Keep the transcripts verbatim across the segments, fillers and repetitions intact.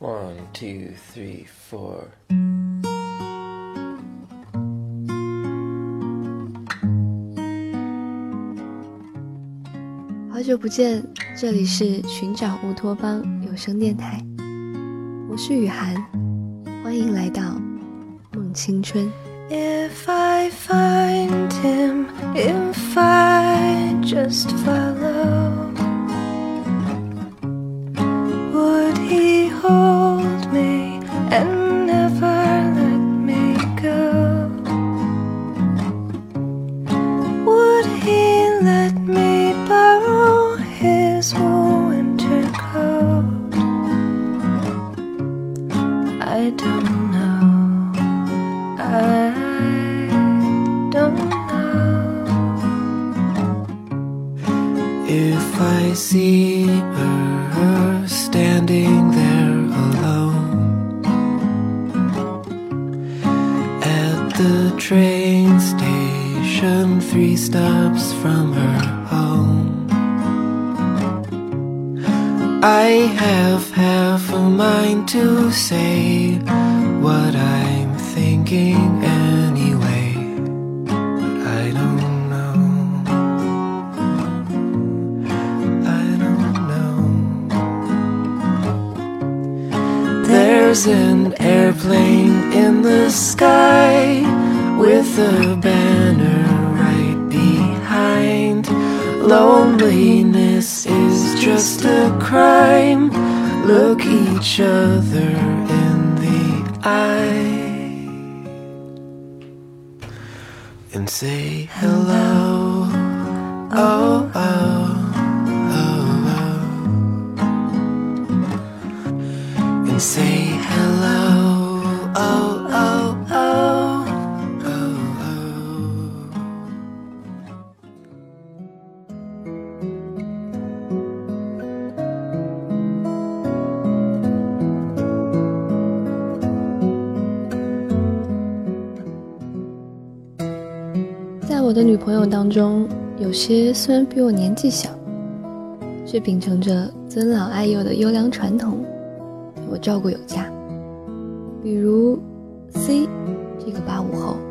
One, two, three, four. 好久不见，这里是寻找乌托邦有声电台，我是雨涵，欢迎来到梦青春。 If I find him, if I just follow, would he hold me and never let me go? Would he let me borrow his winter coat? I don't know, I don't know. If I see her standing there alone at the train station, three stops from her home, I have half a mind to say what I'm thinking anyway, but I don't know, I don't know. There's an airplane in the sky with a banner right behind. Loneliness is just a crime. Look each other in the eye and say hello. Oh, oh, oh, oh. And say hello. Oh, oh, oh, oh, oh. 在我的女朋友当中，有些虽然比我年纪小，却秉承着尊老爱幼的优良传统，对我照顾有加。比如 C 这个八五后，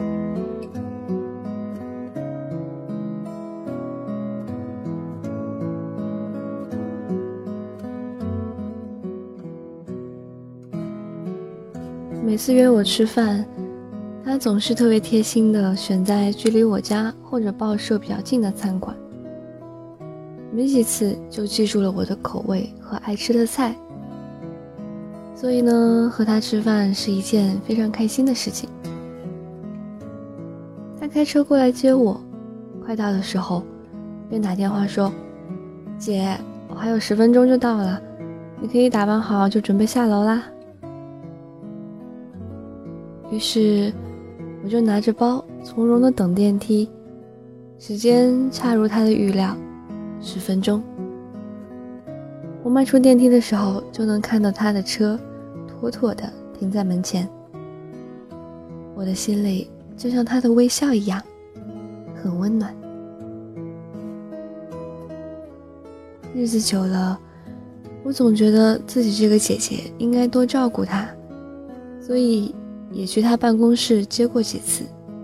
每次约我吃饭，他总是特别贴心的选在距离我家或者报社比较近的餐馆，没几次就记住了我的口味和爱吃的菜，所以呢，和他吃饭是一件非常开心的事情。他开车过来接我，快到的时候便打电话说：“姐，我还有十分钟就到了，你可以打扮好就准备下楼啦。”于是我就拿着包从容地等电梯，时间恰如他的预料，十分钟。我迈出电梯的时候，就能看到他的车妥妥地停在门前。我的心里就像他的微笑一样，很温暖。日子久了，我总觉得自己这个姐姐应该多照顾她，所以也去他办公室接过几次。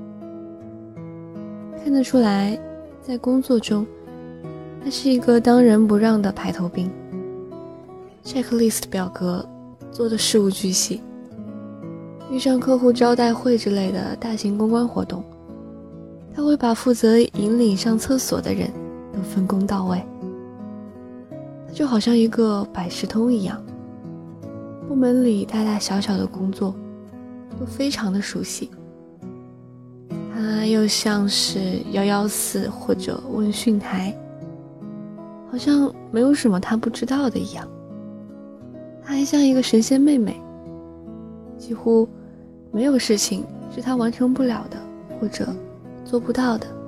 看得出来，在工作中他是一个当仁不让的排头兵， checklist 表格做的事无巨细，遇上客户招待会之类的大型公关活动，他会把负责引领上厕所的人都分工到位。他就好像一个百事通一样，部门里大大小小的工作都非常的熟悉，他又像是一一四或者问讯台，好像没有什么他不知道的一样。他还像一个神仙妹妹，几乎没有事情是他完成不了的或者做不到的。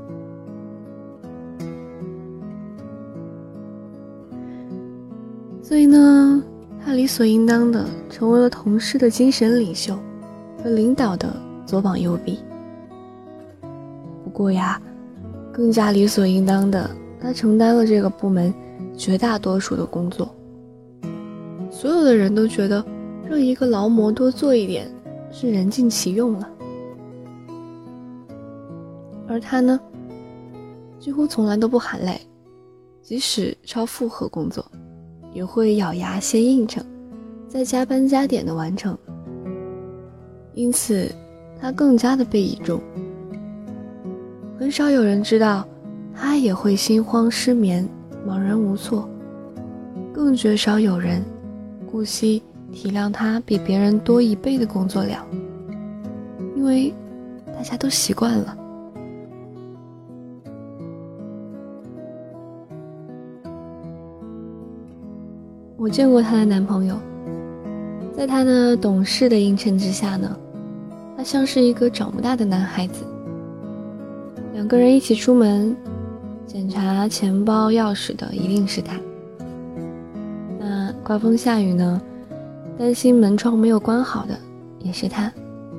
所以呢，他理所应当的成为了同事的精神领袖和领导的左膀右臂。不过呀，更加理所应当的，他承担了这个部门绝大多数的工作。所有的人都觉得让一个劳模多做一点是人尽其用了。而他呢，几乎从来都不喊累，即使超负荷工作，也会咬牙先应承，再加班加点的完成。因此他更加的被倚重，很少有人知道他也会心慌失眠，茫然无措，更绝少有人顾惜体谅他比别人多一倍的工作量，因为大家都习惯了。我见过她的男朋友，在她的懂事的映衬之下呢，他像是一个长不大的男孩子。两个人一起出门，检查钱包钥匙的一定是他。那刮风下雨呢，担心门窗没有关好的也是他。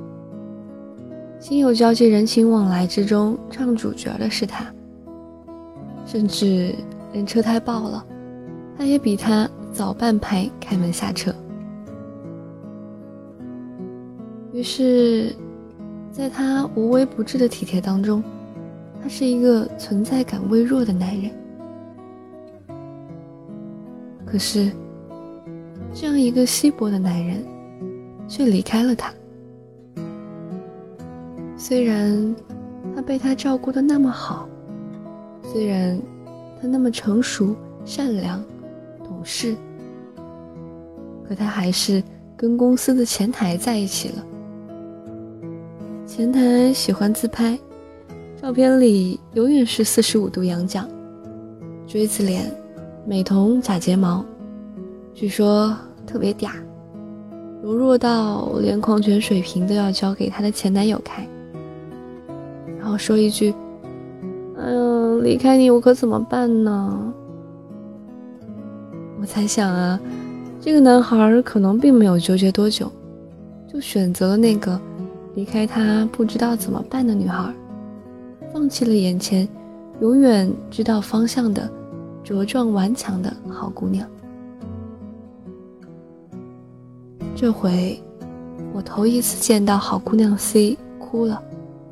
心有交际人情往来之中唱主角的是他，甚至连车胎爆了，他也比他早半拍开门下车。于是在他无微不至的体贴当中，他是一个存在感微弱的男人。可是这样一个稀薄的男人却离开了他。虽然他被他照顾得那么好，虽然他那么成熟善良懂事，可他还是跟公司的前台在一起了。前台喜欢自拍，照片里永远是四十五度仰角，锥子脸，美瞳假睫毛，据说特别嗲，柔弱到连矿泉水瓶都要交给她的前男友开，然后说一句：哎呀，离开你我可怎么办呢？我猜想啊，这个男孩可能并没有纠结多久，就选择了那个离开他不知道怎么办的女孩，放弃了眼前永远知道方向的茁壮顽强的好姑娘。这回我头一次见到好姑娘 C 哭了，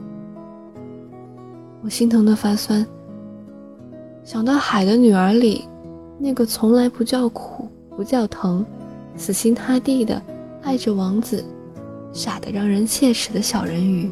我心疼的发酸，想到海的女儿里那个从来不叫苦不叫疼，死心塌地的爱着王子，傻得让人切齿的小人鱼。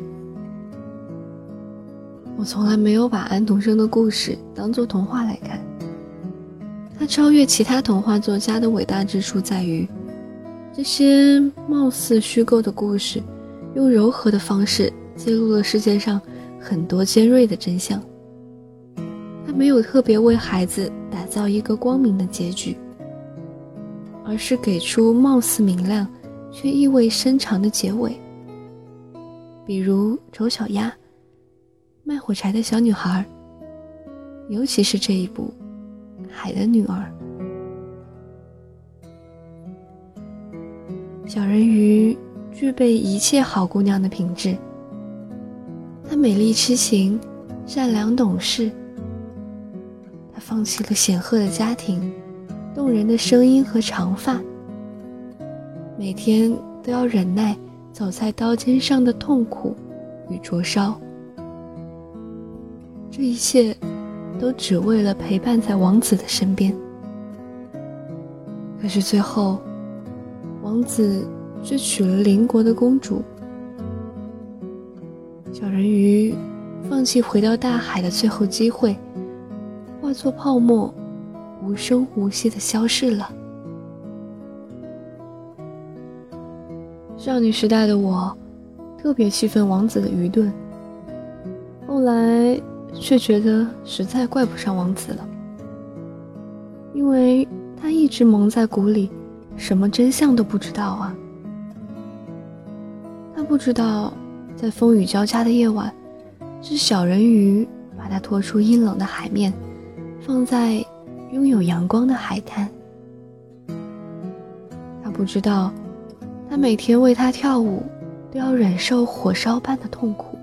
我从来没有把安徒生的故事当作童话来看，它超越其他童话作家的伟大之处在于，这些貌似虚构的故事用柔和的方式揭露了世界上很多尖锐的真相。它没有特别为孩子打造一个光明的结局，而是给出貌似明亮却意味深长的结尾。比如丑小鸭，卖火柴的小女孩，尤其是这一部《海的女儿》。小人鱼具备一切好姑娘的品质，她美丽痴情，善良懂事。她放弃了显赫的家庭，动人的声音和长发，每天都要忍耐走在刀尖上的痛苦与灼烧。这一切都只为了陪伴在王子的身边。可是最后，王子却娶了邻国的公主。小人鱼放弃回到大海的最后机会，化作泡沫，无声无息地消逝了。少女时代的我特别气愤王子的愚钝，后来却觉得实在怪不上王子了，因为他一直蒙在鼓里，什么真相都不知道啊。他不知道在风雨交加的夜晚，是小人鱼把他拖出阴冷的海面，放在拥有阳光的海滩。他不知道他每天为他跳舞都要忍受火烧般的痛苦。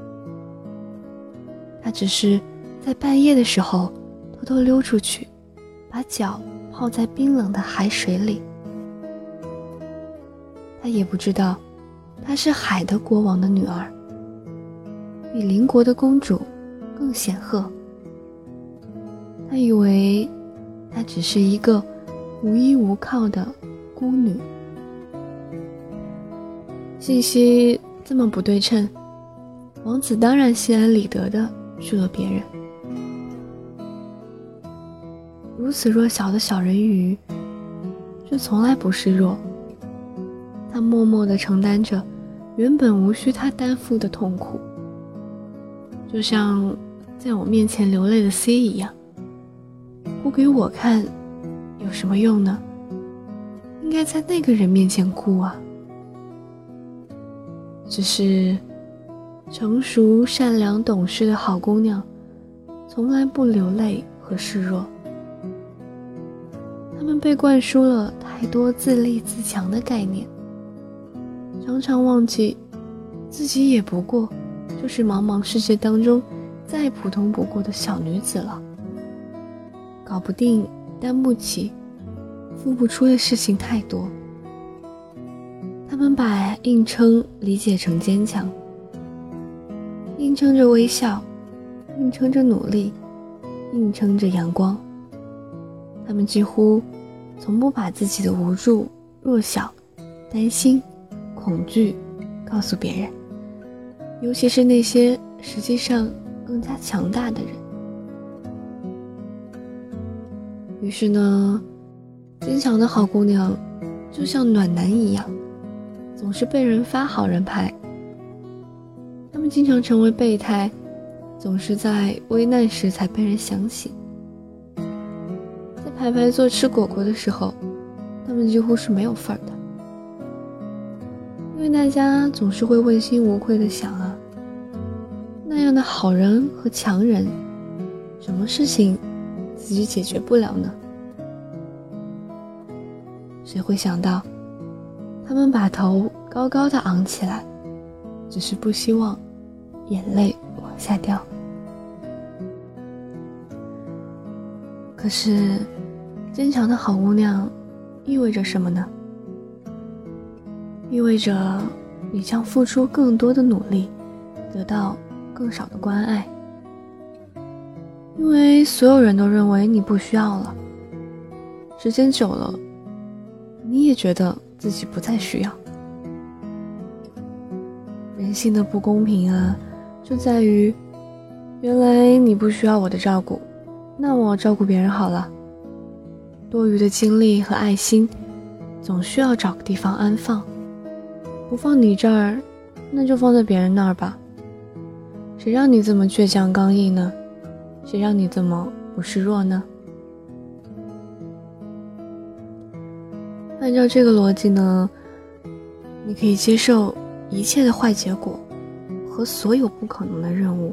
他只是在半夜的时候偷偷溜出去，把脚泡在冰冷的海水里。 他也不知道她是海的国王的女儿，比邻国的公主更显赫。他以为她只是一个无依无靠的孤女。信息这么不对称，王子当然心安理得地去了别人。如此弱小的小人鱼，却从来不示弱。他默默地承担着原本无需他担负的痛苦，就像在我面前流泪的 C 一样。哭给我看有什么用呢？应该在那个人面前哭啊。只是成熟善良懂事的好姑娘从来不流泪和示弱。她们被灌输了太多自立自强的概念，常常忘记自己也不过就是茫茫世界当中再普通不过的小女子了。搞不定担不起付不出的事情太多。他们把硬撑理解成坚强，硬撑着微笑，硬撑着努力，硬撑着阳光。他们几乎从不把自己的无助、弱小、担心、恐惧告诉别人，尤其是那些实际上更加强大的人。于是呢，坚强的好姑娘就像暖男一样，总是被人发好人牌。他们经常成为备胎，总是在危难时才被人想起。在排排坐吃果果的时候，他们几乎是没有份儿的，因为大家总是会问心无愧地想啊，那样的好人和强人，什么事情自己解决不了呢？谁会想到他们把头高高的昂起来，只是不希望眼泪往下掉。可是坚强的好姑娘意味着什么呢？意味着你将付出更多的努力，得到更少的关爱，因为所有人都认为你不需要了。时间久了，你也觉得自己不再需要。人性的不公平啊，就在于原来你不需要我的照顾，那我照顾别人好了。多余的精力和爱心总需要找个地方安放，不放你这儿，那就放在别人那儿吧。谁让你这么倔强刚毅呢？谁让你这么不示弱呢？按照这个逻辑呢，你可以接受一切的坏结果和所有不可能的任务。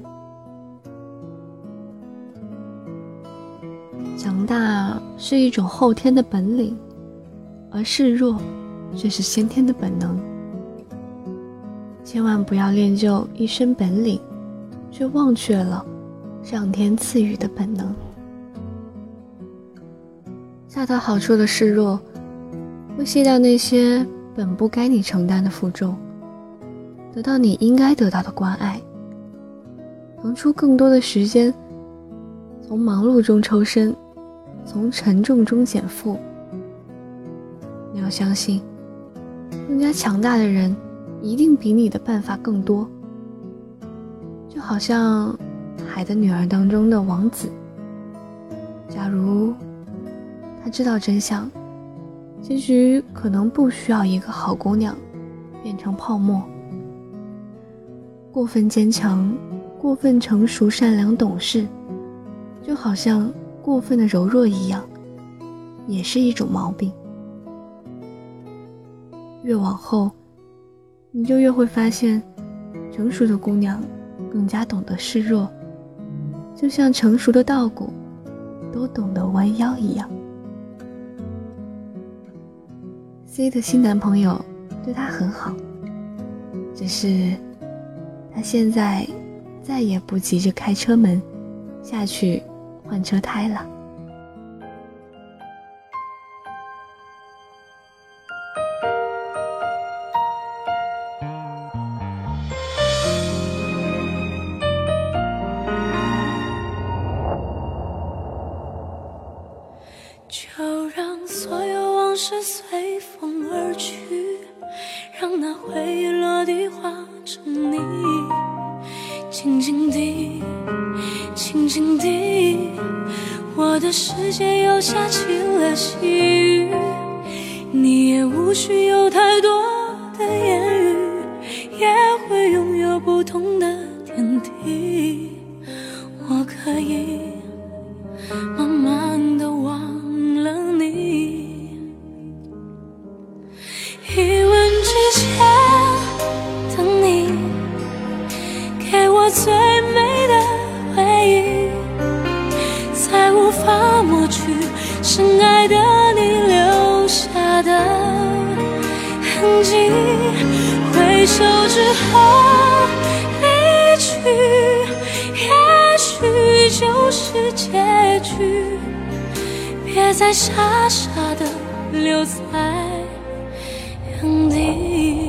强大是一种后天的本领，而示弱却是先天的本能。千万不要练就一身本领，却忘却了上天赐予的本能。恰到好处的示弱会卸掉那些本不该你承担的负重，得到你应该得到的关爱，腾出更多的时间，从忙碌中抽身，从沉重中减负。你要相信，更加强大的人一定比你的办法更多。就好像《海的女儿》当中的王子，假如他知道真相，结局可能不需要一个好姑娘变成泡沫。过分坚强，过分成熟善良懂事，就好像过分的柔弱一样，也是一种毛病。越往后，你就越会发现，成熟的姑娘更加懂得示弱，就像成熟的稻谷都懂得弯腰一样。C 的新男朋友对她很好，只是他现在再也不急着开车门下去换车胎了。 随风而去，让那回忆落地化成你，静静地，静静地，我的世界又下起了细雨，你也无需有太多的言语，也会拥有不同的天地。我可以慢慢地忘了你，一吻之前的你，给我最美的回忆，再无法抹去深爱的你留下的痕迹。回首之后离去，也许就是结局，别再傻傻的留在原地。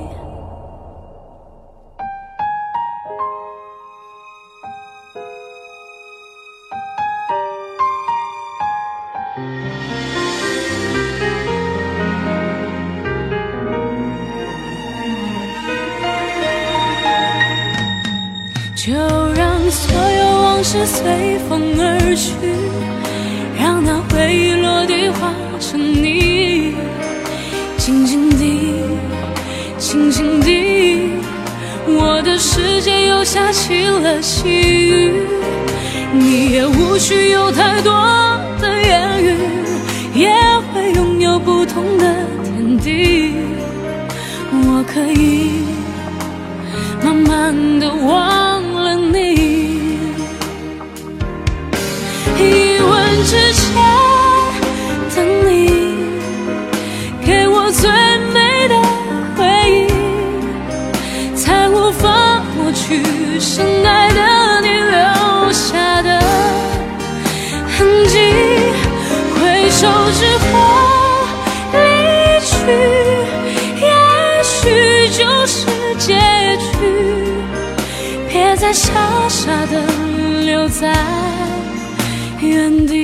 就让所有往事随风而去，让那回忆落地化成你，静静地，静静地，我的世界又下起了细雨，你也无需有太多的言语，也会拥有不同的天地。我可以慢慢地忘了你，一吻之前的你，给我最美的回忆，才无法抹去深爱的你留下的痕迹。回首之后离去，也许就是结局，别再傻傻的留在原地。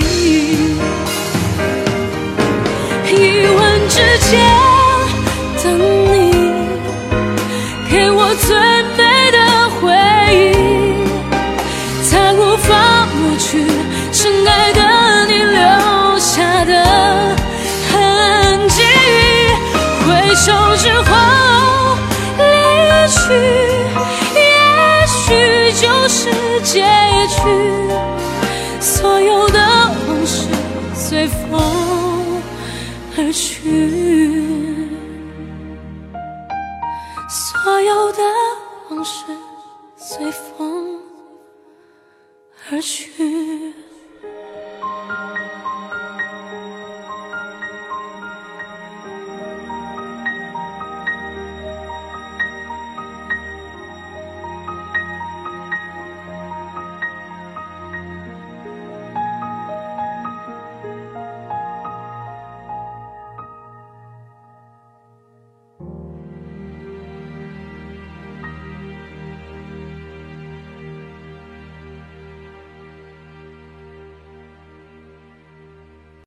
一吻之间的你，给我最美的回忆，才无法抹去深爱的你留下的痕迹。回首之后离去，也许就是结局，所有的往事随风而去，所有的往事随风